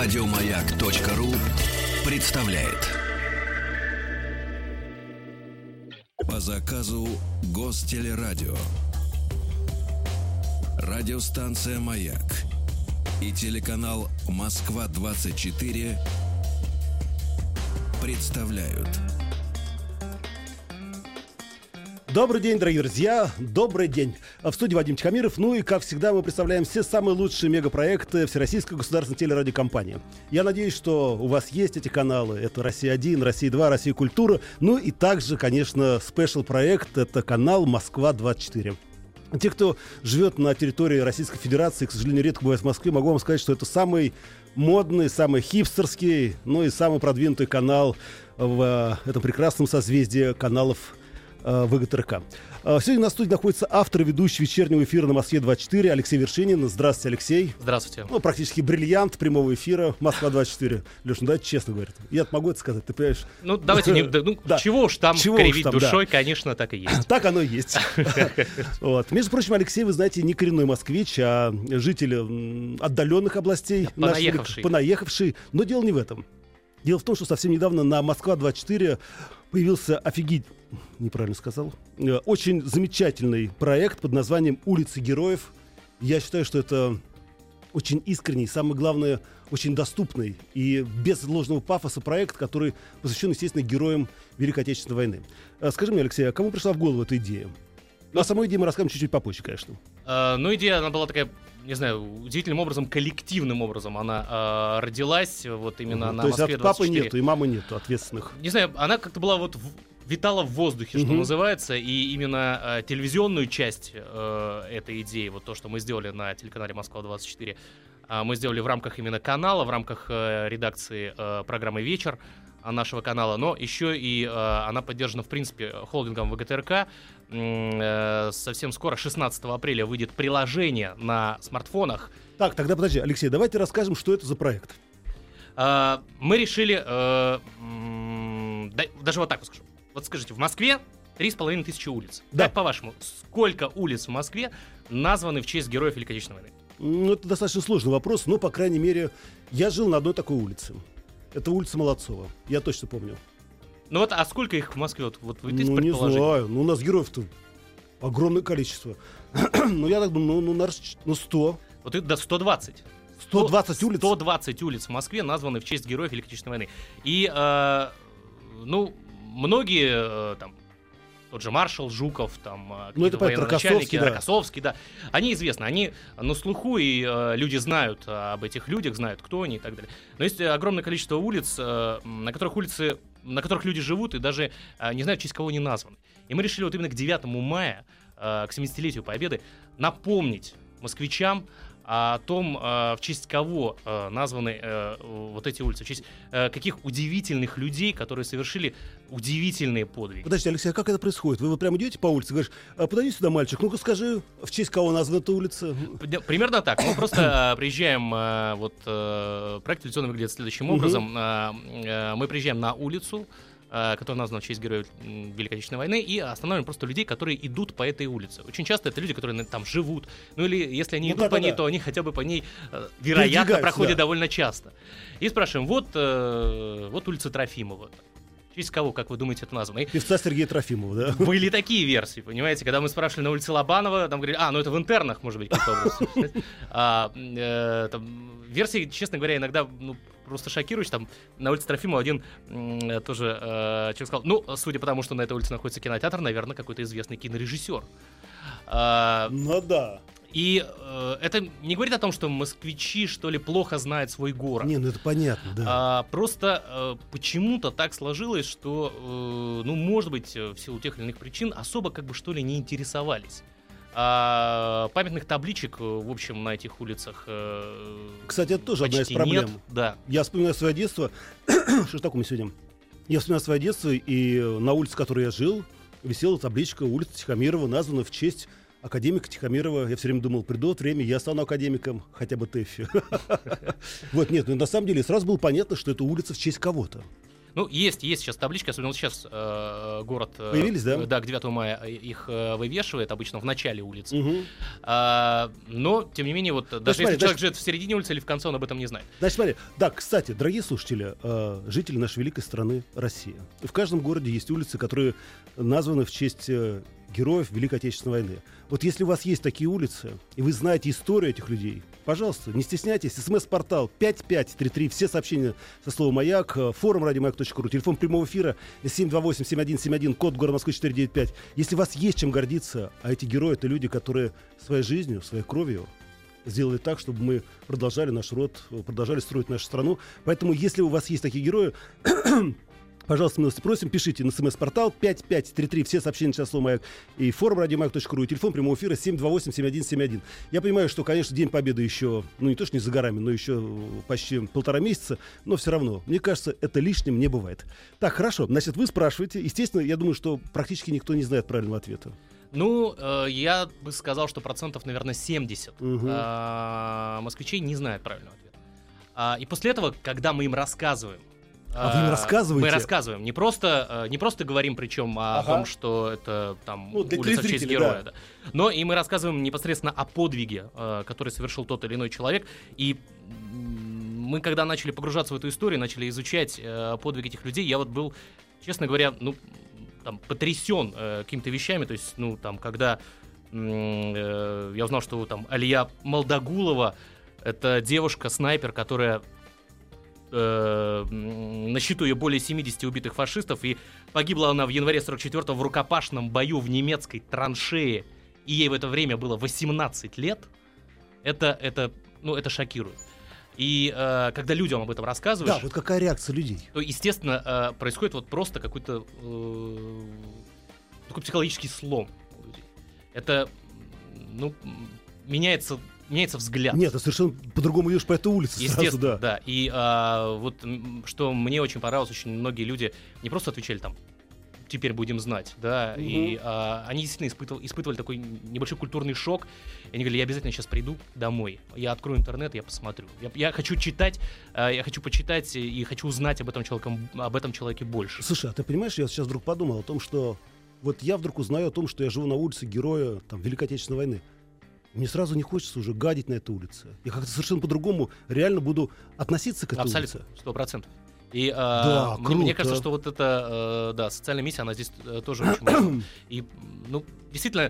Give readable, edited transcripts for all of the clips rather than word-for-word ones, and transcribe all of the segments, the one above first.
Радиомаяк.ру представляет. По заказу Гостелерадио. Радиостанция «Маяк» и телеканал «Москва-24» представляют. Добрый день, дорогие друзья, добрый день. В студии Вадим Тихомиров. Ну и, как всегда, мы представляем все самые лучшие мегапроекты Всероссийской государственной телерадиокомпании. Я надеюсь, что у вас есть эти каналы. Это «Россия-1», «Россия-2», «Россия-Культура». Ну и также, конечно, спешл-проект — это канал «Москва-24». Те, кто живет на территории Российской Федерации, к сожалению, редко бывает в Москве, могу вам сказать, что это самый модный, самый хипстерский, ну и самый продвинутый канал в этом прекрасном созвездии каналов ВГТРК. Сегодня на студии находится автор и ведущий вечернего эфира на Москве-24 Алексей Вершинин. Здравствуйте, Алексей. Здравствуйте. Ну, практически бриллиант прямого эфира Москва-24. Леш, ну давайте честно говорить. Я могу это сказать, ты понимаешь? Ну, давайте не... Да. Чего уж там Чего кривить уж там, душой, да. конечно, так и есть. Так оно и есть. Между прочим, Алексей, вы знаете, не коренной москвич, а житель отдаленных областей. Понаехавший. Но дело не в этом. Дело в том, что совсем недавно на Москва-24 появился неправильно сказал, очень замечательный проект под названием «Улицы героев». Я считаю, что это очень искренний, самое главное, очень доступный и без ложного пафоса проект, который посвящен, естественно, героям Великой Отечественной войны. Скажи мне, Алексей, а кому пришла в голову эта идея? Ну, о самой идее мы расскажем чуть-чуть попозже, конечно. Идея, она была такая, не знаю, удивительным образом, коллективным образом она родилась вот именно на Москве-24. То есть от папы нету и мамы нету ответственных? Не знаю, она как-то была витала в воздухе, что называется, и именно телевизионную часть этой идеи, вот то, что мы сделали на телеканале «Москва-24», мы сделали в рамках именно канала, в рамках редакции программы «Вечер» нашего канала, но еще и она поддержана, в принципе, холдингом ВГТРК. Совсем скоро, 16 апреля, выйдет приложение на смартфонах. Так, тогда подожди, Алексей, давайте расскажем, что это за проект. Мы решили, даже вот так вот скажу. Вот скажите, в Москве 3500 улиц. Да. Как по-вашему, сколько улиц в Москве названы в честь героев Великой Отечественной войны? Ну, это достаточно сложный вопрос, но, по крайней мере, я жил на одной такой улице. Это улица Молодцова, я точно помню. Ну вот, а сколько их в Москве? Вот вы не знаю, у нас героев-то огромное количество. Ну, я так думаю, наверное, 100. Вот это 120. 120 улиц? 120 улиц в Москве названы в честь героев Великой Отечественной войны. И, многие, там, тот же маршал Жуков, там, какие-то военачальники, Рокоссовский, да, они известны, они на слуху, и люди знают об этих людях, знают, кто они и так далее. Но есть огромное количество улиц, на которых люди живут и даже не знают, в честь кого они названы. И мы решили вот именно к 9 мая, к 70-летию Победы, напомнить москвичам о том, в честь кого названы вот эти улицы, в честь каких удивительных людей, которые совершили удивительные подвиги. Подождите, Алексей, а как это происходит? Вы вот прямо идете по улице, говоришь: подойди сюда, мальчик, ну-ка скажи, в честь кого названа эта улица? Примерно так. Мы просто приезжаем, проект телевизионный выглядит следующим образом. Мы приезжаем на улицу, которая названа в честь героев Великой Отечественной войны, и останавливаем просто людей, которые идут по этой улице. Очень часто это люди, которые там живут. Ну или если они идут по ней, то они хотя бы по ней, вероятно, проходят довольно часто. И спрашиваем, вот улица Трофимова. В честь кого, как вы думаете, это названо? Певца Сергея Трофимова, да? Были такие версии, понимаете? Когда мы спрашивали на улице Лобанова, там говорили, это в интернах, может быть, какие-то образы. Версии, честно говоря, иногда просто шокируешь. Там на улице Трофимова один тоже человек сказал, судя по тому, что на этой улице находится кинотеатр, наверное, какой-то известный кинорежиссер. Ну да. И это не говорит о том, что москвичи, что ли, плохо знают свой город. Не, это понятно, да. Просто почему-то так сложилось, что, может быть, в силу тех или иных причин особо, что ли, не интересовались. Памятных табличек, в общем, на этих улицах кстати, это тоже одна из проблем. Нет, да. Я вспоминаю свое детство. Что ж такое мы сегодня? Я вспоминаю свое детство, и на улице, в которой я жил, висела табличка «Улица Тихомирова», названа в честь академика Тихомирова. Я все время думал, придет время, я стану академиком, хотя бы ТЭФи. Вот, нет, на самом деле сразу было понятно, что это улица в честь кого-то. Ну, есть сейчас таблички, особенно вот сейчас город... Появились, да? Да, к 9 мая их вывешивает, обычно в начале улицы. Но, тем не менее, вот даже если человек живет в середине улицы или в конце, он об этом не знает. Значит, смотри, да, кстати, дорогие слушатели, жители нашей великой страны Россия. В каждом городе есть улицы, которые названы в честь героев Великой Отечественной войны. Вот если у вас есть такие улицы, и вы знаете историю этих людей, пожалуйста, не стесняйтесь. СМС-портал 5533, все сообщения со словом «Маяк», форум радиомаяк.ру, телефон прямого эфира 728-7171, код города Москвы 495. Если у вас есть чем гордиться, а эти герои — это люди, которые своей жизнью, своей кровью сделали так, чтобы мы продолжали наш род, продолжали строить нашу страну. Поэтому, если у вас есть такие герои, пожалуйста, милости просим, пишите на СМС-портал 5533, все сообщения на слово «Маяк» и форум радиомаяк.ру, и телефон прямого эфира 728-7171. Я понимаю, что, конечно, День Победы еще, ну не то, что не за горами, но еще почти 1,5 месяца, но все равно, мне кажется, это лишним не бывает. Так, хорошо, значит, вы спрашиваете. Естественно, я думаю, что практически никто не знает правильного ответа. Ну, я бы сказал, что процентов, наверное, 70 москвичей не знают правильного ответа. И после этого, когда мы им рассказываем, вы им рассказываете? Мы рассказываем. Не просто говорим, причем о том, что это там улица в честь героя. Да. Но и мы рассказываем непосредственно о подвиге, который совершил тот или иной человек. И мы, когда начали погружаться в эту историю, начали изучать подвиг этих людей, я вот был, честно говоря, потрясен какими-то вещами. То есть, когда я узнал, что там Алия Молдогулова — это девушка-снайпер, которая... на счету ее более 70 убитых фашистов, и погибла она в январе 44-го в рукопашном бою в немецкой траншее, и ей в это время было 18 лет, это шокирует. И когда людям об этом рассказываешь... Да, вот какая реакция людей? То, естественно, происходит вот просто какой-то такой психологический слом у людей. Это, меняется взгляд. Нет, ты совершенно по-другому идешь по этой улице сразу, естественно, да. И вот что мне очень понравилось, очень многие люди не просто отвечали там «теперь будем знать», да, и они действительно испытывали такой небольшой культурный шок. И они говорили: я обязательно сейчас приду домой, я открою интернет, я посмотрю. Я хочу читать, я хочу почитать и хочу узнать об этом человеке больше. Слушай, а ты понимаешь, я сейчас вдруг подумал о том, что вот я вдруг узнаю о том, что я живу на улице героя там Великой Отечественной войны. Мне сразу не хочется уже гадить на этой улице. Я как-то совершенно по-другому реально буду относиться к этой улице. Абсолютно, 100%. И да, мне кажется, что вот эта социальная миссия, она здесь тоже очень важна. И, действительно,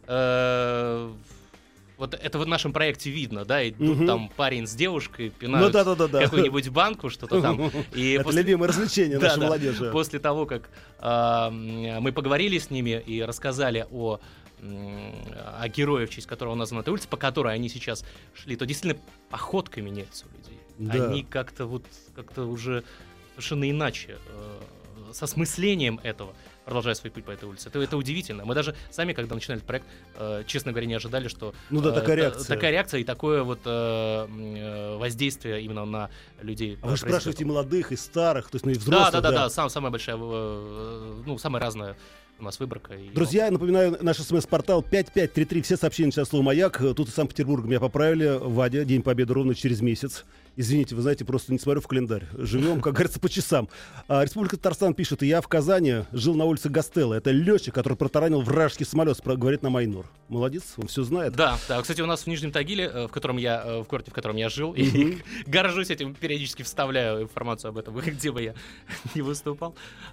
вот это в нашем проекте видно, да, идут там парень с девушкой, пинают какую-нибудь банку, что-то там. Это любимое развлечение нашей молодежи. После того, как мы поговорили с ними и рассказали о героях, в честь которого названа эта улица, по которой они сейчас шли, то действительно походка меняется у людей. Да. Они как-то уже совершенно иначе, со смыслением этого продолжают свой путь по этой улице. Это удивительно. Мы даже сами, когда начинали этот проект, честно говоря, не ожидали, что такая реакция и такое вот воздействие именно на людей. А вы спрашиваете молодых и старых, то есть и взрослых. Да. Самая большая, самая разная у нас выборка. Друзья, я напоминаю, наш СМС-портал 5533. Все сообщения сейчас слово «Маяк». Тут из Санкт-Петербурга меня поправили. Вадя, День Победы ровно через месяц. Извините, вы знаете, просто не смотрю в календарь. Живем, как говорится, по часам. Республика Татарстан пишет: я в Казани жил на улице Гастелло. Это летчик, который протаранил вражеский самолет, говорит нам Айнур. Молодец, он все знает. Да. Кстати, у нас в Нижнем Тагиле, в городе, в котором я жил, и горжусь этим, периодически вставляю информацию об этом, где бы я не выступал.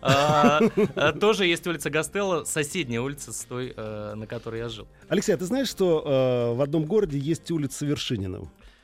Тоже есть улица Гастелло, соседняя улица с той, на которой я жил. Алексей, а ты знаешь, что в одном городе есть улица Вершинина?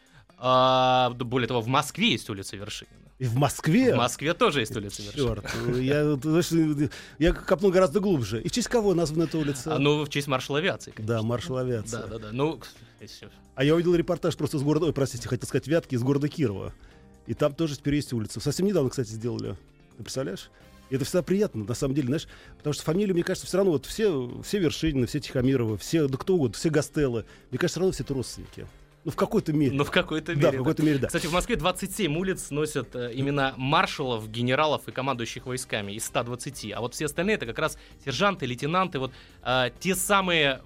Более того, в Москве есть улица Вершинина. И в Москве? В Москве тоже есть улица Вершинина. Черт, я копнул гораздо глубже. И в честь кого названа эта улица? В честь маршала авиации, конечно. Да, маршала авиации. Да. А я увидел репортаж просто из города, хотел сказать Вятки, из города Кирова. И там тоже теперь есть улица. Совсем недавно, кстати, сделали. Ты представляешь? И это всегда приятно, на самом деле, знаешь, потому что фамилии, мне кажется, все равно вот все Вершинины, все Тихомировы, все, да кто угодно, все Гастелло, мне кажется, все равно все это родственники. В какой-то мере. В какой-то мере, да. Кстати, в Москве 27 улиц носят имена маршалов, генералов и командующих войсками из 120. А вот все остальные — это как раз сержанты, лейтенанты, вот те самые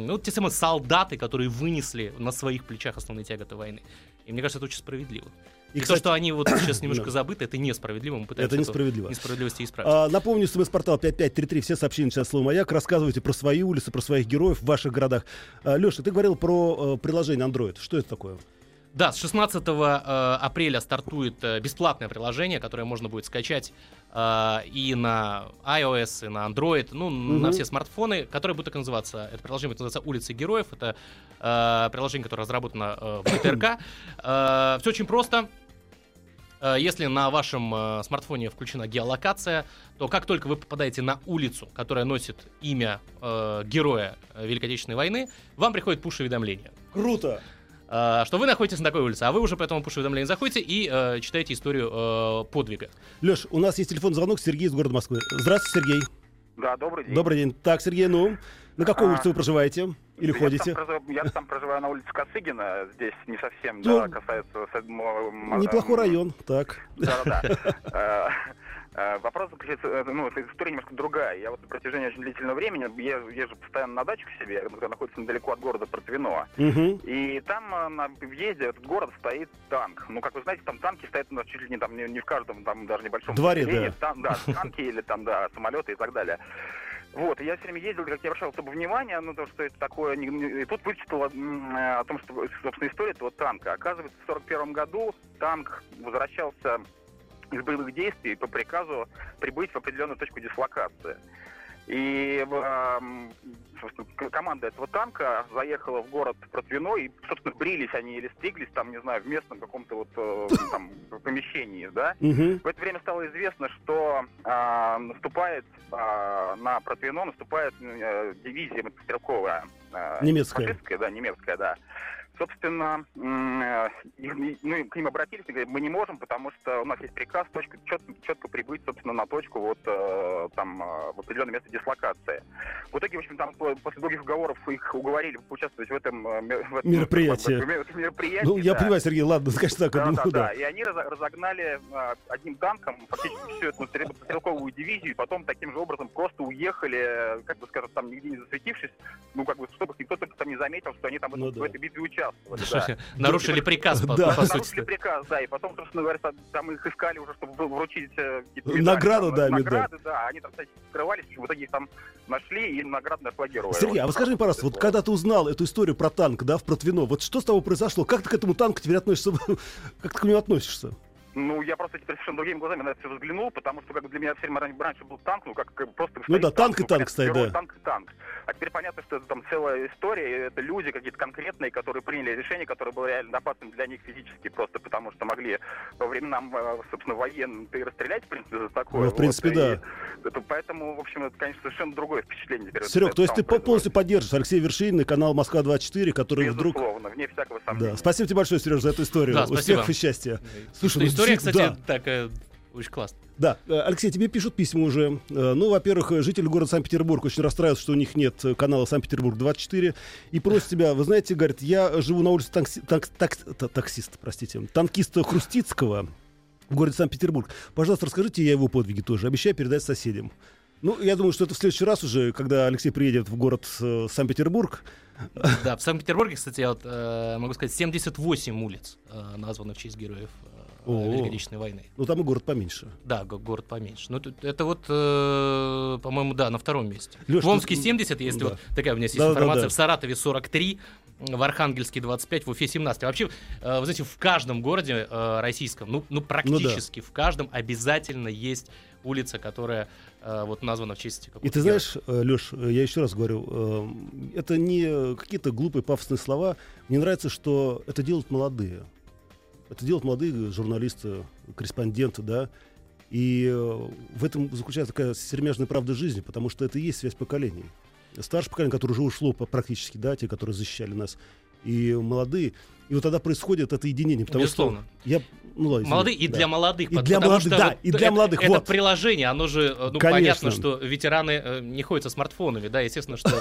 солдаты, которые вынесли на своих плечах основные тяготы войны. И мне кажется, это очень справедливо. И кстати, то, что они вот сейчас немножко забыты, это несправедливо. Мы пытаемся несправедливости исправить. Напомню, СМС-портал 5533, все сообщения сейчас слово «Маяк». Рассказывайте про свои улицы, про своих героев в ваших городах. Леша, ты говорил про приложение Android. Что это такое? Да, с 16 апреля стартует бесплатное приложение, которое можно будет скачать и на iOS, и на Android, на все смартфоны, которое будет так называться. Это приложение будет называться «Улицы героев». Это приложение, которое разработано в ГТРК. Все очень просто. Если на вашем смартфоне включена геолокация, то как только вы попадаете на улицу, которая носит имя героя Великой Отечественной войны, вам приходит пуш-уведомление. Круто! Что вы находитесь на такой улице, а вы уже по этому пуш-уведомлению заходите и читаете историю подвига. Леш, у нас есть телефонный звонок. Сергей из города Москвы. Здравствуйте, Сергей. Да, добрый день. Добрый день. Так, Сергей, на какой улице вы проживаете? Или ходите? Я там проживаю на улице Косыгина. Здесь не совсем касается... Неплохой район, так. Да. Вопрос заключается, история немножко другая. Я вот на протяжении очень длительного времени езжу постоянно на дачу к себе, которая находится недалеко от города Протвино. И там на въезде в этот город стоит танк. Как вы знаете, там танки стоят чуть ли не в каждом, там даже небольшом дворе, да. Танки или там, да, самолеты и так далее. Вот, я все время ездил, как я обращал особо внимание на то, что это такое, и тут вычитал о том, что, собственно, история этого танка. Оказывается, в 1941 году танк возвращался из боевых действий по приказу прибыть в определенную точку дислокации. И команда этого танка заехала в город Протвино, и, собственно, брились они или стриглись там, не знаю, в местном каком-то там помещении, да. В это время стало известно, что наступает на Протвино, дивизия мотострелковая. Немецкая. Фашистская, да, немецкая, да. Собственно, к ним обратились и говорят, мы не можем, потому что у нас есть приказ четко прибыть, собственно, на точку там в определенное место дислокации. В итоге, в общем, там после долгих уговоров их уговорили поучаствовать в этом мероприятии. Я понимаю, Сергей, ладно, скажи так. Да. И они разогнали одним танком фактически всю эту мотострелковую дивизию, и потом таким же образом просто уехали, как бы скажем, там нигде не засветившись, чтобы никто только там не заметил, что они там в этой битве участвовали. Да. Нарушили приказ, по нарушили сути. приказ, да, и потом, собственно говоря, там их искали уже, чтобы вручить награду, награды, да, они там, кстати, скрывались, в итоге их там нашли, и награда нашла героя. Сергей, а вы скажи мне, пожалуйста, вот когда ты узнал эту историю про танк, да, в Протвино, вот что с тобой произошло? Как ты к этому танку теперь относишься? Как ты к нему относишься? Я просто теперь совершенно другими глазами на это все взглянул, потому что для меня все время раньше был танк, как просто... танк и танк стоит, да. Танк и танк. А теперь понятно, что это там целая история, это люди какие-то конкретные, которые приняли решение, которое было реально опасным для них физически, просто потому что могли во временам, собственно, военным и расстрелять, в принципе, за такое. В принципе, да. Поэтому, в общем, это, конечно, совершенно другое впечатление. Серег, то есть ты полностью поддерживаешь Алексея Вершинина, канал «Москва-24», который вдруг... Безусловно, вне всякого сомнения. Да. Спасибо тебе большое, Сереж, за эту историю. Да, успехов и счастья. Слушай, история, кстати, такая очень классная. Да, Алексей, тебе пишут письма уже. Во-первых, жители города Санкт-Петербург очень расстраиваются, что у них нет канала Санкт-Петербург-24, и просят тебя, вы знаете, говорят, я живу на улице танкиста Хрустицкого в городе Санкт-Петербург. Пожалуйста, расскажите я его подвиги тоже. Обещаю передать соседям. Я думаю, что это в следующий раз уже, когда Алексей приедет в город Санкт-Петербург. Да, в Санкт-Петербурге, кстати, я могу сказать, 78 улиц названы в честь героев Великой Отечественной войны. Там и город поменьше. Да, город поменьше. Это по-моему, да, на втором месте. Леш, в Омске 70, если такая у меня есть информация, в Саратове 43, в Архангельске 25, в Уфе 17. Вообще, вы знаете, в каждом городе российском, практически в каждом обязательно есть улица, которая названа в честь какого-то. И ты знаешь, Леш, я еще раз говорю, это не какие-то глупые пафосные слова. Мне нравится, что это делают молодые. Это делают молодые журналисты, корреспонденты, да. И в этом заключается такая сермяжная правда жизни, потому что это и есть связь поколений. Старшее поколение, которое уже ушло практически, да, те, которые защищали нас, и молодые. И тогда происходит это единение. Потому Безусловно. Что молодые и для молодых. И для молодых, да, и для молодых. Это приложение, оно же, понятно, что ветераны не ходят со смартфонами, да, естественно, что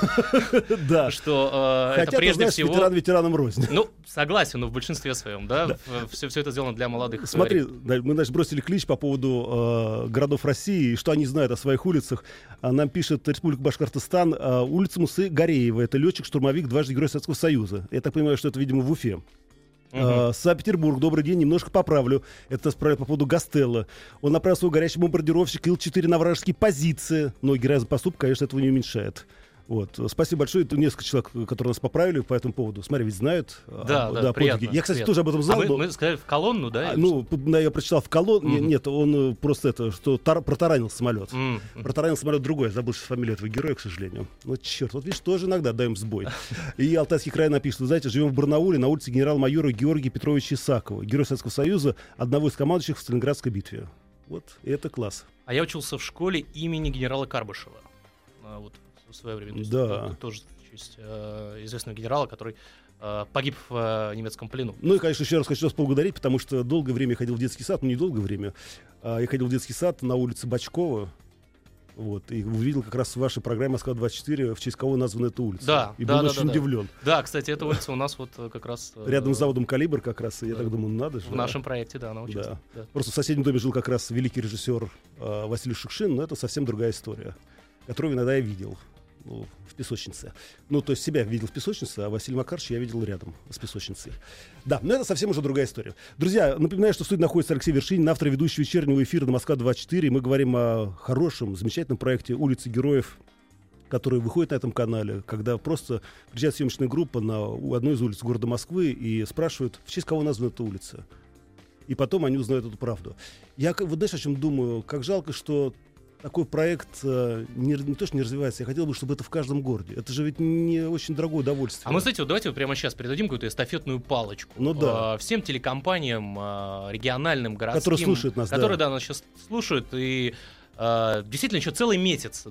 это прежде всего... ветеран ветеранам рознь. Согласен, но в большинстве своем, да, все это сделано для молодых. Смотри, мы, бросили клич по поводу городов России, что они знают о своих улицах. Нам пишет Республика Башкортостан, улица Мусы Гореева, это летчик-штурмовик, дважды Герой Советского Союза. Я так понимаю, что это, видимо, в Уфе. Санкт-Петербург, добрый день, немножко поправлю. Это справляет по поводу Гастелло. Он направил свой горячий бомбардировщик Ил-4 на вражеские позиции, но героизм поступка, конечно, этого не уменьшает. Вот. Спасибо большое. Это несколько человек, которые нас поправили по этому поводу. Смотри, ведь знают. Да, приятно. Я, кстати, тоже об этом знал. Мы сказали в колонну, да? Я прочитал в колонну. Нет, он просто протаранил самолет. Протаранил самолет другой. Я забыл фамилию этого героя, к сожалению. Ну, черт, вот видишь, тоже иногда даем сбой. И Алтайский край напишет: вы знаете, живем в Барнауле на улице генерал-майора Георгия Петровича Исакова, герой Советского Союза, одного из командующих в Сталинградской битве. Вот, и это класс. А я учился в школе имени генерала Карбышева. Вот. В свое время. Да. Это тоже честь известного генерала, который погиб в немецком плену. Ну и, конечно, еще раз хочу вас поблагодарить, потому что долгое время я ходил в детский сад, недолгое время. Я ходил в детский сад на улице Бочкова. Вот, и увидел как раз в вашей программе «Москва-24», в честь кого названа эта улица. Да, и был очень удивлен. Да, кстати, эта улица у нас вот как раз... Рядом с заводом «Калибр» как раз, и я так думаю, надо же. В нашем проекте, да, она учится. Да. Просто в соседнем доме жил как раз великий режиссер Василий Шукшин, но это совсем другая история, которую иногда я видел. В песочнице. То есть себя видел в песочнице, а Василия Макаровича я видел рядом с песочницей. Да, но это совсем уже другая история. Друзья, напоминаю, что в студии находится Алексей Вершинин, автор и ведущий вечернего эфира на Москва-24. Мы говорим о хорошем, замечательном проекте «Улицы Героев», который выходит на этом канале, когда просто приезжает съемочная группа на одной из улиц города Москвы и спрашивают, в честь кого названа эта улица. И потом они узнают эту правду. Я, вот знаешь, о чем думаю? Как жалко, что такой проект не то, что не развивается, я хотел бы, чтобы это в каждом городе. Это же ведь не очень дорогое удовольствие. А мы, кстати, давайте прямо сейчас передадим какую-то эстафетную палочку. Всем телекомпаниям, региональным, городским. Которые слушают нас, которые, нас сейчас слушают. И действительно, еще целый месяц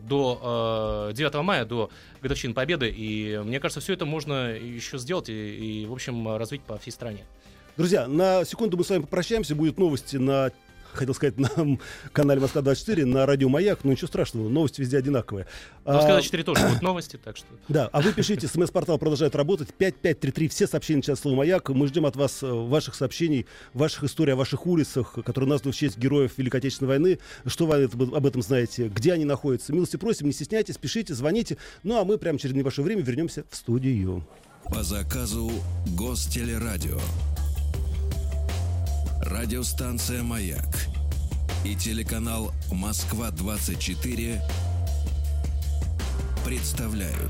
до 9 мая, до годовщины Победы. И мне кажется, все это можно еще сделать и, в общем, развить по всей стране. Друзья, на секунду мы с вами попрощаемся. Будут новости хотел сказать, на канале Москва-24, на радио «Маяк», но ничего страшного, новости везде одинаковые. Москва-24 тоже будут новости, так что... Да, а вы пишите, СМС-портал продолжает работать, 5533, все сообщения сейчас слово «Маяк». Мы ждем от вас ваших сообщений, ваших историй о ваших улицах, которые названы в честь героев Великой Отечественной войны. Что вы об этом знаете, где они находятся. Милости просим, не стесняйтесь, пишите, звоните. Ну, а мы прямо через небольшое время вернемся в студию. По заказу Гостелерадио. Радиостанция «Маяк» и телеканал «Москва-24» представляют.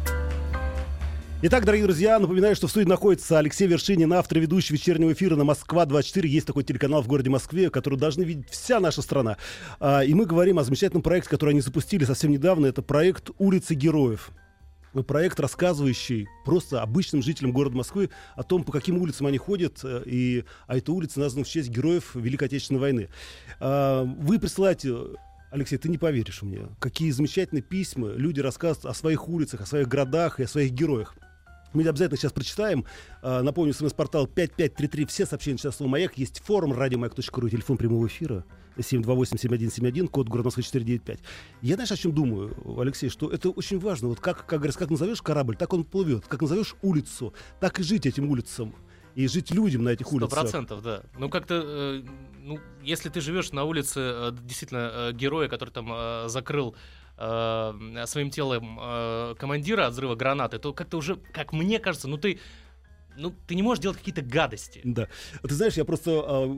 Итак, дорогие друзья, напоминаю, что в студии находится Алексей Вершинин, автор и ведущий вечернего эфира на Москва-24. Есть такой телеканал в городе Москве, который должны видеть вся наша страна. И мы говорим о замечательном проекте, который они запустили совсем недавно. Это проект «Улицы Героев». Проект, рассказывающий просто обычным жителям города Москвы о том, по каким улицам они ходят, а эта улица названа в честь героев Великой Отечественной войны. Вы присылаете, Алексей, ты не поверишь мне, какие замечательные письма люди рассказывают о своих улицах, о своих городах и о своих героях. Мы обязательно сейчас прочитаем. Напомню, СМС-портал 5533. Все сообщения сейчас слово «Маяк». Есть форум радиомаяк.ру, телефон прямого эфира 728-7171, код города Москвы 495. Я, знаешь, о чем думаю, Алексей, что это очень важно. Вот как назовешь корабль, так он плывет. Как назовешь улицу, так и жить этим улицам. И жить людям на этих улицах. 100%, да. Ну, как-то, если ты живешь на улице действительно героя, который там закрыл своим телом командира от взрыва гранаты, то как-то уже, как мне кажется, ты не можешь делать какие-то гадости. Да. Ты знаешь, я просто...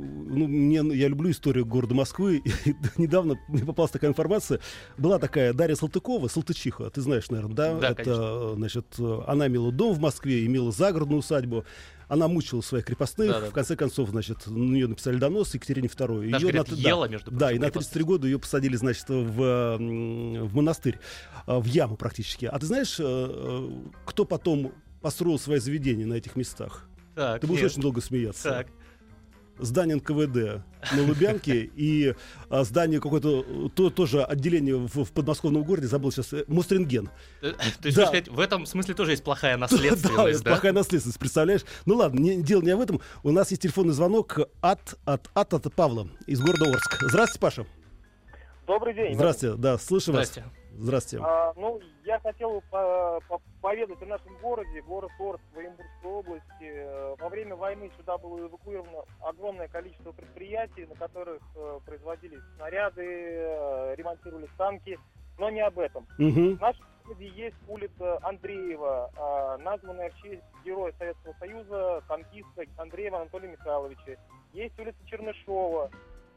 я люблю историю города Москвы. И недавно мне попалась такая информация. Была такая Дарья Салтыкова, Салтычиха. Ты знаешь, наверное, да? Да, это, значит, она имела дом в Москве, имела загородную усадьбу. Она мучила своих крепостных. Да. В конце концов, значит, на нее написали донос Екатерине II. Даже, говорят, ела, между прочим. Да, и на 33 года ее посадили, значит, в монастырь. В яму практически. А ты знаешь, кто потом построил свои заведения на этих местах? Так, ты будешь очень долго смеяться. Так. Здание НКВД на Лубянке и здание какое-то, тоже отделение в подмосковном городе, забыл сейчас, Мосрентген. То есть, да. Сказать, в этом смысле тоже есть плохая наследственность, да? Плохая наследственность, представляешь? Ну ладно, дело не об этом. У нас есть телефонный звонок от Павла из города Орск. Здравствуйте, Паша. Добрый день. Здравствуйте, да, слышим вас. Здравствуйте. Я хотел поведать о нашем городе, город Орск в Оренбургской области. Во время войны сюда было эвакуировано огромное количество предприятий, на которых производились снаряды, ремонтировались танки, но не об этом. В нашем городе есть улица Андреева, названная в честь героя Советского Союза, танкиста артиста Андреева Анатолия Михайловича. Есть улица Чернышова,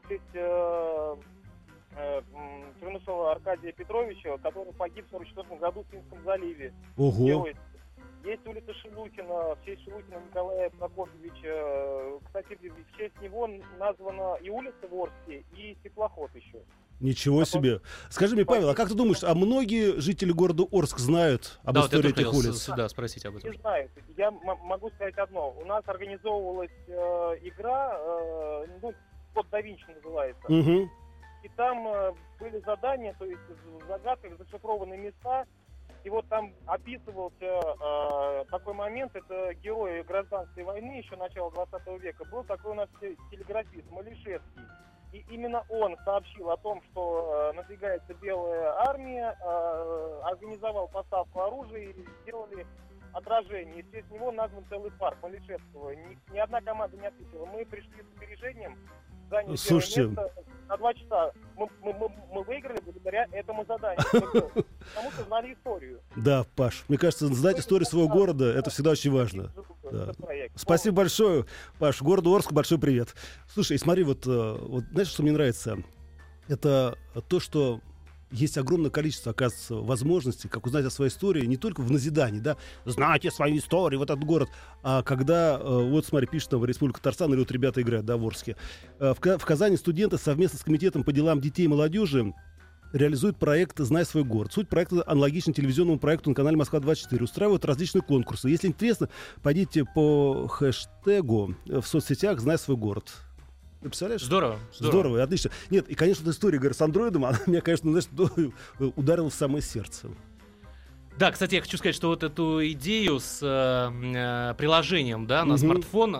Чернышова Аркадия Петровича, который погиб в 1944 году в Финском заливе. Ого! Есть улица Шелухина, в честь Шелухина Николая Прокопьевича. Кстати, в честь него названа и улица в Орске, и теплоход еще. Ничего себе. Скажи мне, Павел, а как ты думаешь, а многие жители города Орск знают об истории этих улиц? Сюда спросить об этом. Не знают. Я могу сказать одно. У нас организовывалась игра, код да Винчи называется. Угу. И там были задания, то есть в загадках зашифрованные места. И вот там описывался такой момент, это герой гражданской войны, еще начала 20 века. Был такой у нас телеграфист Малишевский. И именно он сообщил о том, что надвигается белая армия, организовал поставку оружия и сделали отражение. И в честь него назван целый парк Малишевского. Ни одна команда не ответила. Мы пришли с опережением, заняли первое место на 2 часа. Мы выиграли благодаря этому заданию. Потому что знали историю. Да, Паш, мне кажется, знать историю своего города — это всегда очень важно. Да. Спасибо большое, Паш. Городу Орску большой привет. Слушай, смотри, вот знаешь, что мне нравится? Это то, что есть огромное количество, оказывается, возможностей, как узнать о своей истории, не только в назидании, да, знайте свою историю, вот этот город, а когда, вот смотри, пишет там Республика Татарстан, или вот ребята играют, да, в Орске. В Казани студенты совместно с Комитетом по делам детей и молодежи реализуют проект «Знай свой город». Суть проекта аналогична телевизионному проекту на канале «Москва-24». Устраивают различные конкурсы. Если интересно, пойдите по хэштегу в соцсетях «Знай свой город». Ты представляешь? Здорово, отлично. Нет, и, конечно, эта история, говорю, с андроидом, она меня, конечно, знаешь, ударила в самое сердце. Да, кстати, я хочу сказать, что вот эту идею с приложением, да, на смартфон,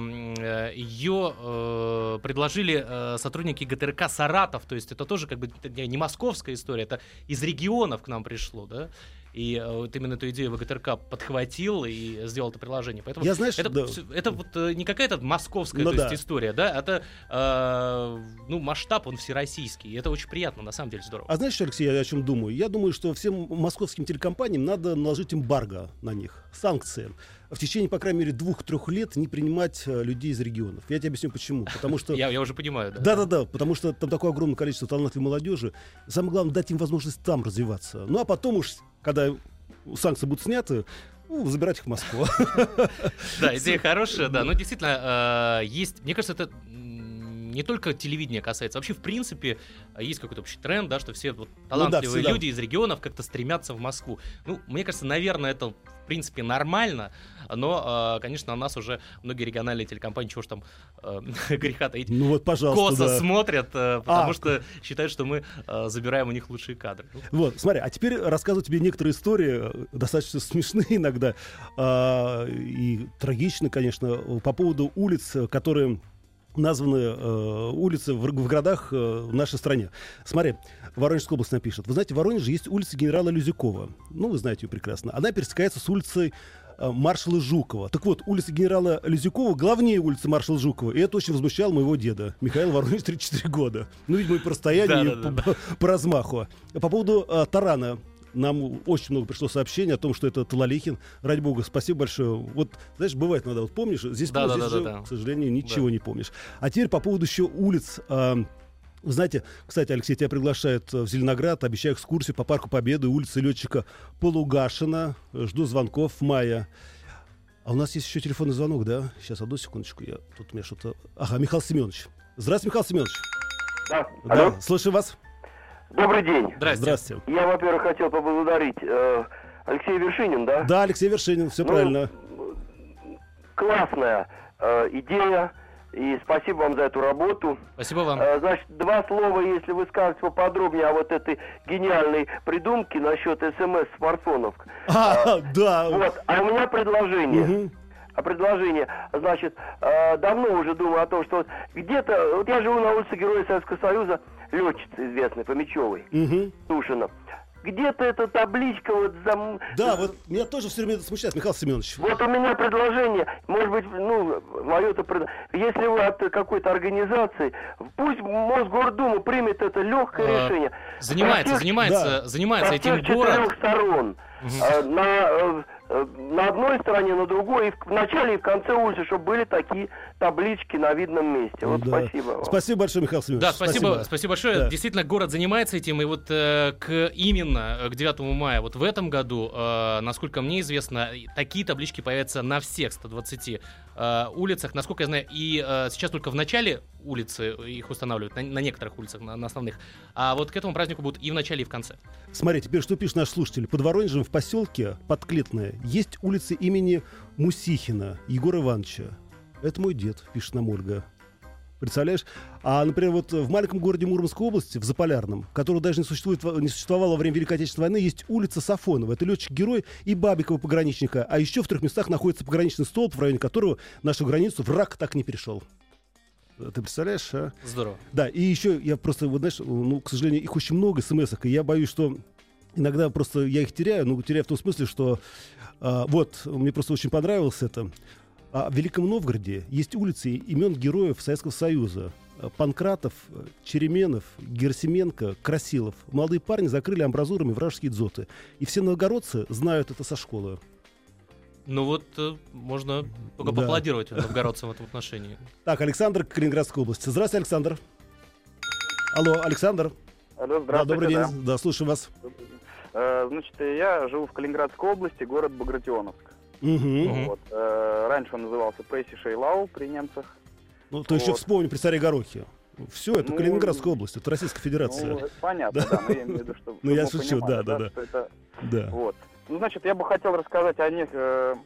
ее предложили сотрудники ГТРК Саратов, то есть это тоже как бы не московская история, это из регионов к нам пришло, да. И вот именно эту идею ВГТРК подхватил и сделал это приложение. Поэтому я, знаешь, это вот не какая-то московская история, да, это масштаб, он всероссийский. И это очень приятно, на самом деле здорово. А знаешь, Алексей, я о чем думаю? Я думаю, что всем московским телекомпаниям надо наложить эмбарго на них, санкции. В течение, по крайней мере, 2-3 лет не принимать людей из регионов. Я тебе объясню, почему. Потому что... я уже понимаю, да. Да, потому что там такое огромное количество талантливой молодежи. Самое главное, дать им возможность там развиваться. Ну, а потом уж, когда санкции будут сняты, забирать их в Москву. Да, идея хорошая, да. Но действительно, есть... Мне кажется, это... не только телевидение касается, вообще, в принципе, есть какой-то общий тренд, да, что все вот талантливые люди из регионов как-то стремятся в Москву. Ну, мне кажется, наверное, это, в принципе, нормально, но, конечно, на нас уже многие региональные телекомпании, чего ж там греха таить, косо смотрят, потому что считают, что мы забираем у них лучшие кадры. Вот, смотри, а теперь рассказываю тебе некоторые истории, достаточно смешные иногда, и трагичные, конечно, по поводу улиц, которые... названы улицы в городах в нашей стране. Смотри, Воронежская область напишет. Вы знаете, в Воронеже есть улица генерала Люзякова. Ну, вы знаете ее прекрасно. Она пересекается с улицей маршала Жукова. Так вот, улица генерала Люзякова главнее улицы маршала Жукова. И это очень возмущало моего деда. Михаил Воронеж, 34 года. Ну, видимо, и по расстоянию, и по размаху. По поводу тарана. Нам очень много пришло сообщений о том, что это Талалихин. Ради бога, спасибо большое. Вот, знаешь, бывает иногда, вот помнишь, здесь, к сожалению, ничего не помнишь. А теперь по поводу еще улиц. Вы знаете, кстати, Алексей, тебя приглашают в Зеленоград, обещаю экскурсию по Парку Победы, улице летчика Полугашина. Жду звонков в мае. А у нас есть еще телефонный звонок, да? Сейчас, одну секундочку. Тут у меня что-то... Ага, Михаил Семенович. Здравствуйте, Михаил Семенович. Да, алло. Да, слушаю вас. Добрый день. Здравствуйте. Я, во-первых, хотел поблагодарить Алексей Вершинин, да? Да, Алексей Вершинин, все правильно. Классная идея, и спасибо вам за эту работу. Спасибо вам. Значит, 2 слова, если вы скажете поподробнее о вот этой гениальной придумке насчет СМС-смартфонов. Да. Вот, а у меня предложение. Значит, давно уже думаю о том, что где-то, вот я живу на улице Героя Советского Союза, летчица известная, Фомичевой, Тушина. Где-то эта табличка вот Да, вот меня тоже все время смущает, Михаил Семенович. Вот у меня предложение, может быть, мое-то если вы от какой-то организации, пусть Мосгордума примет это легкое решение. Занимается этим город. С 4 сторон. на одной стороне, на другой, и в начале, и в конце улицы, чтобы были такие таблички на видном месте. Вот да. Спасибо вам. Спасибо большое, Михаил Семенович. Да, спасибо большое. Да. Действительно, город занимается этим, и вот именно к 9 мая, вот в этом году, насколько мне известно, такие таблички появятся на всех 120 улицах, насколько я знаю, и сейчас только в начале улицы их устанавливают, на некоторых улицах, на основных, а вот к этому празднику будут и в начале, и в конце. Смотри, теперь что пишет наш слушатель. Под Воронежем в поселке Подклетное есть улица имени Мусихина Егора Ивановича. Это мой дед, пишет нам Ольга. Представляешь? А, например, вот в маленьком городе Мурманской области, в Заполярном, которого даже не существовало во время Великой Отечественной войны, есть улица Сафонова. Это летчик-герой и Бабикова пограничника. А еще в 3 местах находится пограничный столб, в районе которого нашу границу враг так не перешел. Ты представляешь, а? Здорово. Да, и еще я просто, вот знаешь, к сожалению, их очень много, смс-ок, и я боюсь, что иногда просто я их теряю, теряю в том смысле, что вот, мне просто очень понравилось это. В Великом Новгороде есть улицы имен героев Советского Союза. Панкратов, Череменов, Герасименко, Красилов. Молодые парни закрыли амбразурами вражеские дзоты. И все новгородцы знают это со школы. Ну вот, можно только поаплодировать новгородцам в этом отношении. Так, Александр, Калининградская область. Здравствуйте, Александр. Алло, Александр. Алло, здравствуйте. Да, добрый день. Да, слушаю вас. Значит, я живу в Калининградской области, город Багратионовск. Вот. Раньше он назывался Пейси Шейлау при немцах. Ну, то еще вспомни при царе Горохе. Все, это Калининградская область, это Российская Федерация. Ну, это понятно, да, но я имею в виду, что... Ну, я шучу, да. Да. Вот. Ну, значит, я бы хотел рассказать о них,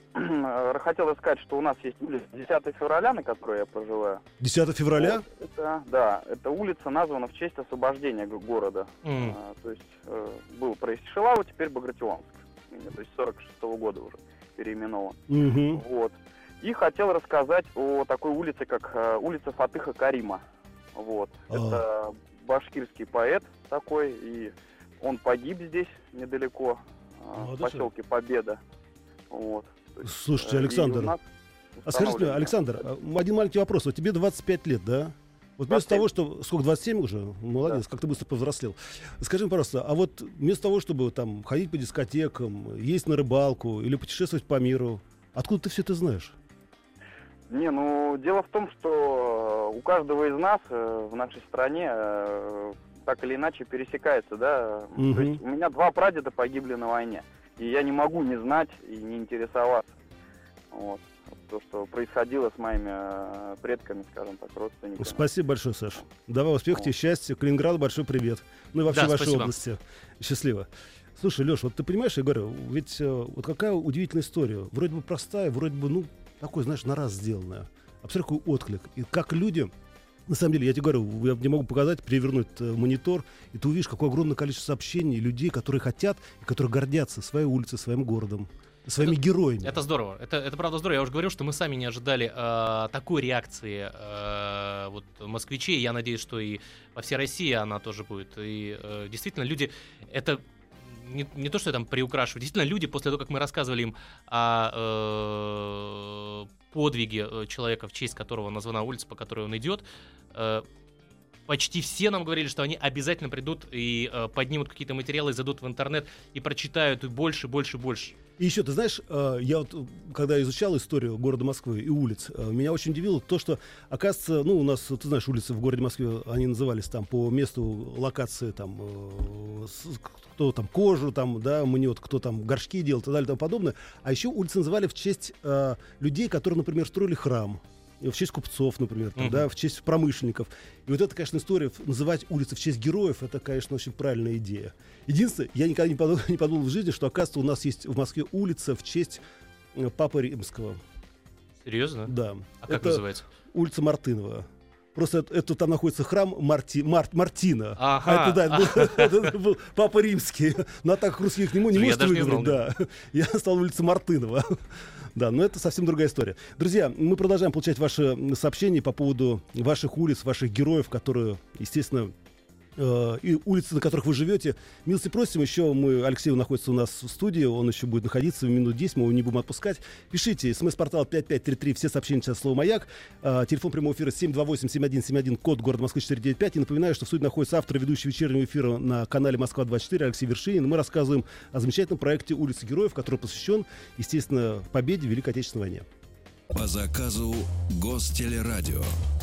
хотел рассказать, что у нас есть улица 10 февраля, на которой я проживаю. 10 февраля? Вот, эта улица названа в честь освобождения города. То есть был Пейси Шейлау, теперь Багратионовск. То есть 46-го года уже переименован. Вот. И хотел рассказать о такой улице, как улица Фатыха Карима. Вот. Это башкирский поэт такой, и он погиб здесь недалеко, в поселке Победа. Вот. Слушайте, Александр, скажите мне, Александр, один маленький вопрос. Вот тебе 25 лет, да? Вот вместо того, что... Сколько, 27 уже? Молодец, как ты быстро повзрослел. Скажи мне, пожалуйста, а вот вместо того, чтобы там ходить по дискотекам, ездить на рыбалку или путешествовать по миру, откуда ты все это знаешь? Дело в том, что у каждого из нас в нашей стране так или иначе пересекается, да. То есть у меня 2 прадеда погибли на войне, и я не могу не знать и не интересоваться. Вот. То, что происходило с моими предками, скажем так, родственниками. Спасибо большое, Саш. Давай успехов тебе, счастья. Калининграду большой привет. Ну и вообще вашей области. Счастливо. Слушай, Леш, вот ты понимаешь, я говорю, ведь вот какая удивительная история. Вроде бы простая, вроде бы, такой, знаешь, на раз сделанная. Абсолютно какой отклик. И как люди... На самом деле, я тебе говорю, я не могу показать, перевернуть монитор, и ты увидишь, какое огромное количество сообщений людей, которые хотят и которые гордятся своей улицей, своим городом, своими героями. Это здорово. Это правда здорово. Я уже говорил, что мы сами не ожидали такой реакции вот москвичей. Я надеюсь, что и по всей России она тоже будет. И действительно, люди... Это не то, что я там приукрашиваю. Действительно, люди, после того, как мы рассказывали им о подвиге человека, в честь которого названа улица, по которой он идет, почти все нам говорили, что они обязательно придут и поднимут какие-то материалы, зайдут в интернет и прочитают и больше. И еще, ты знаешь, я вот, когда изучал историю города Москвы и улиц, меня очень удивило то, что, оказывается, у нас, ты знаешь, улицы в городе Москве, они назывались там по месту локации, там, кто там кожу, там, да, мнет, кто там горшки делал и так далее и тому подобное. А еще улицы называли в честь людей, которые, например, строили храм. В честь купцов, например, там, да, в честь промышленников. И вот это, конечно, история, называть улицы в честь героев, это, конечно, очень правильная идея. Единственное, я никогда не подумал в жизни, что, оказывается, у нас есть в Москве улица в честь Папы Римского. Серьезно? Да. А как называется? Улица Мартынова. Просто это там находится храм Мартина. Ага. А это, да, это был Папа Римский. Но так русских не может выговорить. Да. Я стал улица Мартынова. Да, но это совсем другая история. Друзья, мы продолжаем получать ваши сообщения по поводу ваших улиц, ваших героев, которые, естественно, и улицы, на которых вы живете. Милости просим, еще Алексей находится у нас в студии, он еще будет находиться в минут 10, мы его не будем отпускать. Пишите, смс-портал 5533, все сообщения через слово «Маяк», телефон прямого эфира 728-7171, код города Москвы 495. И напоминаю, что в студии находится автор и ведущий вечернего эфира на канале «Москва-24» Алексей Вершинин. Мы рассказываем о замечательном проекте «Улицы Героев», который посвящен, естественно, победе в Великой Отечественной войне. По заказу Гостелерадио.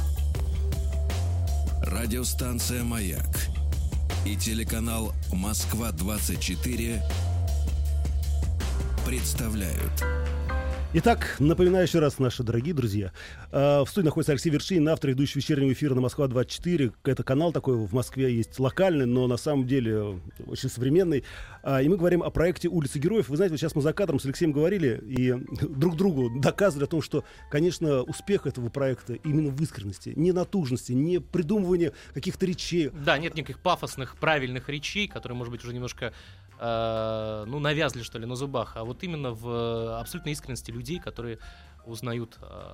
Радиостанция «Маяк» и телеканал «Москва-24» представляют. Итак, напоминаю еще раз, наши дорогие друзья, в студии находится Алексей Вершинин, автор и ведущий вечернего эфира на Москва-24. Это канал такой в Москве есть локальный, но на самом деле очень современный. И мы говорим о проекте «Улицы Героев». Вы знаете, вот сейчас мы за кадром с Алексеем говорили и друг другу доказывали о том, что, конечно, успех этого проекта именно в искренности, не натужности, не придумывании каких-то речей. Да, нет никаких пафосных, правильных речей, которые, может быть, уже немножко навязли, что ли, на зубах, а вот именно в абсолютной искренности людей, которые узнают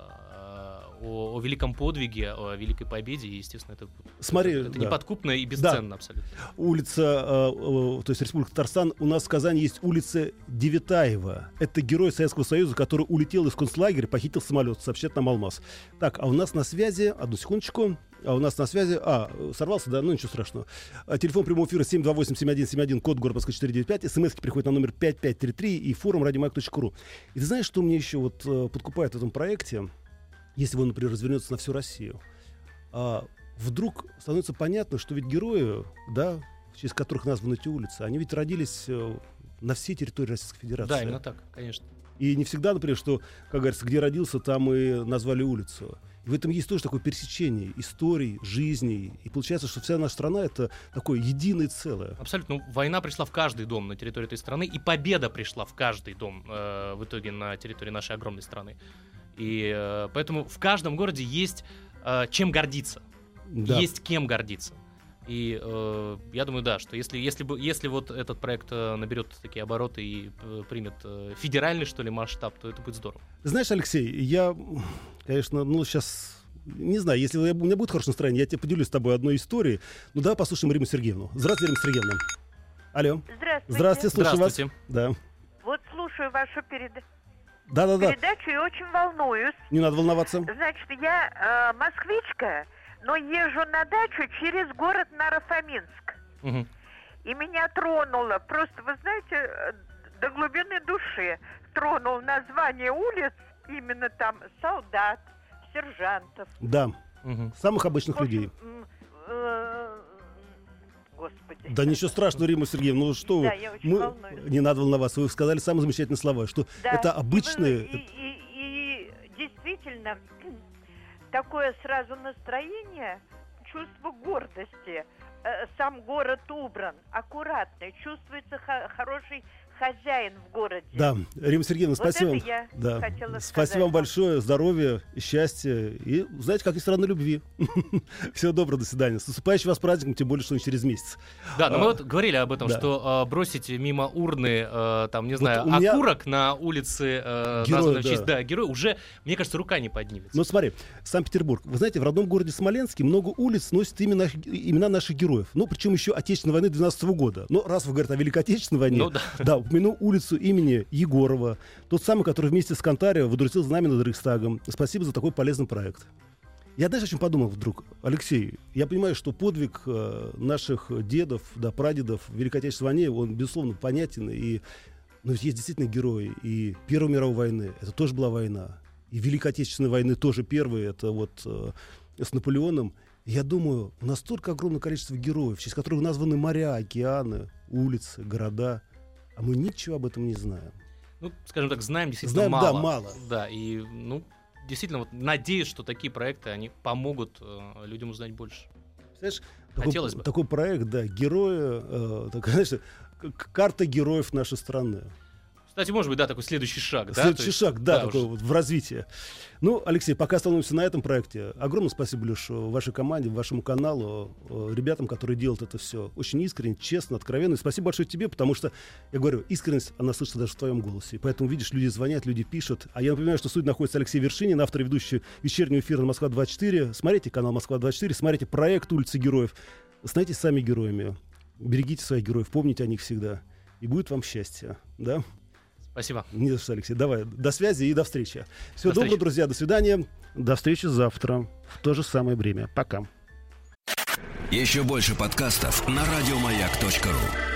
о великом подвиге, о великой победе, и, естественно, это неподкупно и бесценно абсолютно. Улица, то есть Республика Татарстан, у нас в Казани есть улица Девятаева. Это герой Советского Союза, который улетел из концлагеря, похитил самолет, сообщает нам Алмаз. Так, а у нас на связи, одну секундочку, сорвался, да, ну ничего страшного. Телефон прямого эфира 728-7171, код город Москвы 495, смс-ки приходят на номер 5533 и форум radiomayak.ru. И ты знаешь, что мне еще вот подкупает в этом проекте, если он, например, развернется на всю Россию? Вдруг становится понятно, что ведь герои, да, в честь которых названы эти улицы, они ведь родились на всей территории Российской Федерации. Да, именно так, конечно. И не всегда, например, что, как говорится, где родился, там и назвали улицу. И в этом есть тоже такое пересечение историй, жизней. И получается, что вся наша страна — это такое единое целое. Абсолютно. Война пришла в каждый дом на территории этой страны, и победа пришла в каждый дом в итоге на территории нашей огромной страны. И поэтому в каждом городе есть чем гордиться. Да. Есть кем гордиться. И я думаю, да, что если вот этот проект наберет такие обороты и примет федеральный, что ли, масштаб, то это будет здорово. Знаешь, Алексей, я, конечно, сейчас не знаю, если у меня будет хорошее настроение, я тебе поделюсь с тобой одной историей. Ну, давай послушаем Римму Сергеевну. Здравствуйте, Римма Сергеевна. Алло. Здравствуйте. Слушаю вас. Да. Вот слушаю вашу передачу и очень волнуюсь. Не надо волноваться. Значит, я москвичка, но езжу на дачу через город Наро-Фоминск. Угу. И меня тронуло, просто, вы знаете, до глубины души тронул название улиц, именно там солдат, сержантов. Да, самых обычных людей. Господи. Да ничего страшного, Римма Сергеевна, ну что да, я очень волнуюсь. Не надо волноваться, вы сказали самые замечательные слова, что да, это обычные... И действительно, такое сразу настроение, чувство гордости. Сам город убран, аккуратный, чувствуется хороший хозяин в городе. Да, Римма Сергеевна, вот спасибо вам. Спасибо вам большое, здоровья и счастья. И, знаете, как ни странно, любви. Всего доброго, до свидания. С наступающим вас праздником, тем более, что он через месяц. Да, но мы вот говорили об этом, что бросить мимо урны, там, не знаю, окурок на улице, названной в честь героя, уже, мне кажется, рука не поднимется. Ну, смотри, Санкт-Петербург. Вы знаете, в родном городе Смоленске много улиц носят имена наших героев. Ну, причем еще Отечественной войны 12 года. Но раз вы говорите о Великой Отечественной войне, да, упомяну улицу имени Егорова, тот самый, который вместе с Кантарио водрузил знамя над Рейхстагом. Спасибо за такой полезный проект. Я, знаешь, о чем подумал вдруг? Алексей, я понимаю, что подвиг наших дедов, да, прадедов в Великой Отечественной войне, он, безусловно, понятен. Но ведь есть действительно герои. И Первой мировой войны, это тоже была война. И Великой Отечественной войны тоже первые, это вот с Наполеоном. Я думаю, настолько огромное количество героев, в честь которых названы моря, океаны, улицы, города. А мы ничего об этом не знаем. Ну, скажем так, знаем действительно мало. Да, мало. Да, и, действительно, вот, надеюсь, что такие проекты, они помогут людям узнать больше. Знаешь, хотелось бы. Такой проект, да, герои, знаешь, карта героев нашей страны. Кстати, может быть, да, такой следующий шаг. Следующий шаг, такой вот в развитии. Ну, Алексей, пока остановимся на этом проекте. Огромное спасибо, Леш, вашей команде, вашему каналу, ребятам, которые делают это все очень искренне, честно, откровенно. И спасибо большое тебе, потому что, я говорю, искренность, она слышится даже в твоем голосе. И поэтому, видишь, люди звонят, люди пишут. А я напоминаю, что в студии находится Алексей Вершинин, автор и ведущий вечернего эфира на Москва-24. Смотрите канал Москва-24, смотрите проект «Улицы Героев». становитесь сами героями. Берегите своих героев, помните о них всегда. И будет вам счастье, да? Спасибо. Не за что, Алексей. Давай, до связи и до встречи. Всего доброго, друзья, до свидания. До встречи завтра в то же самое время. Пока. Еще больше подкастов на радиомаяк.ру.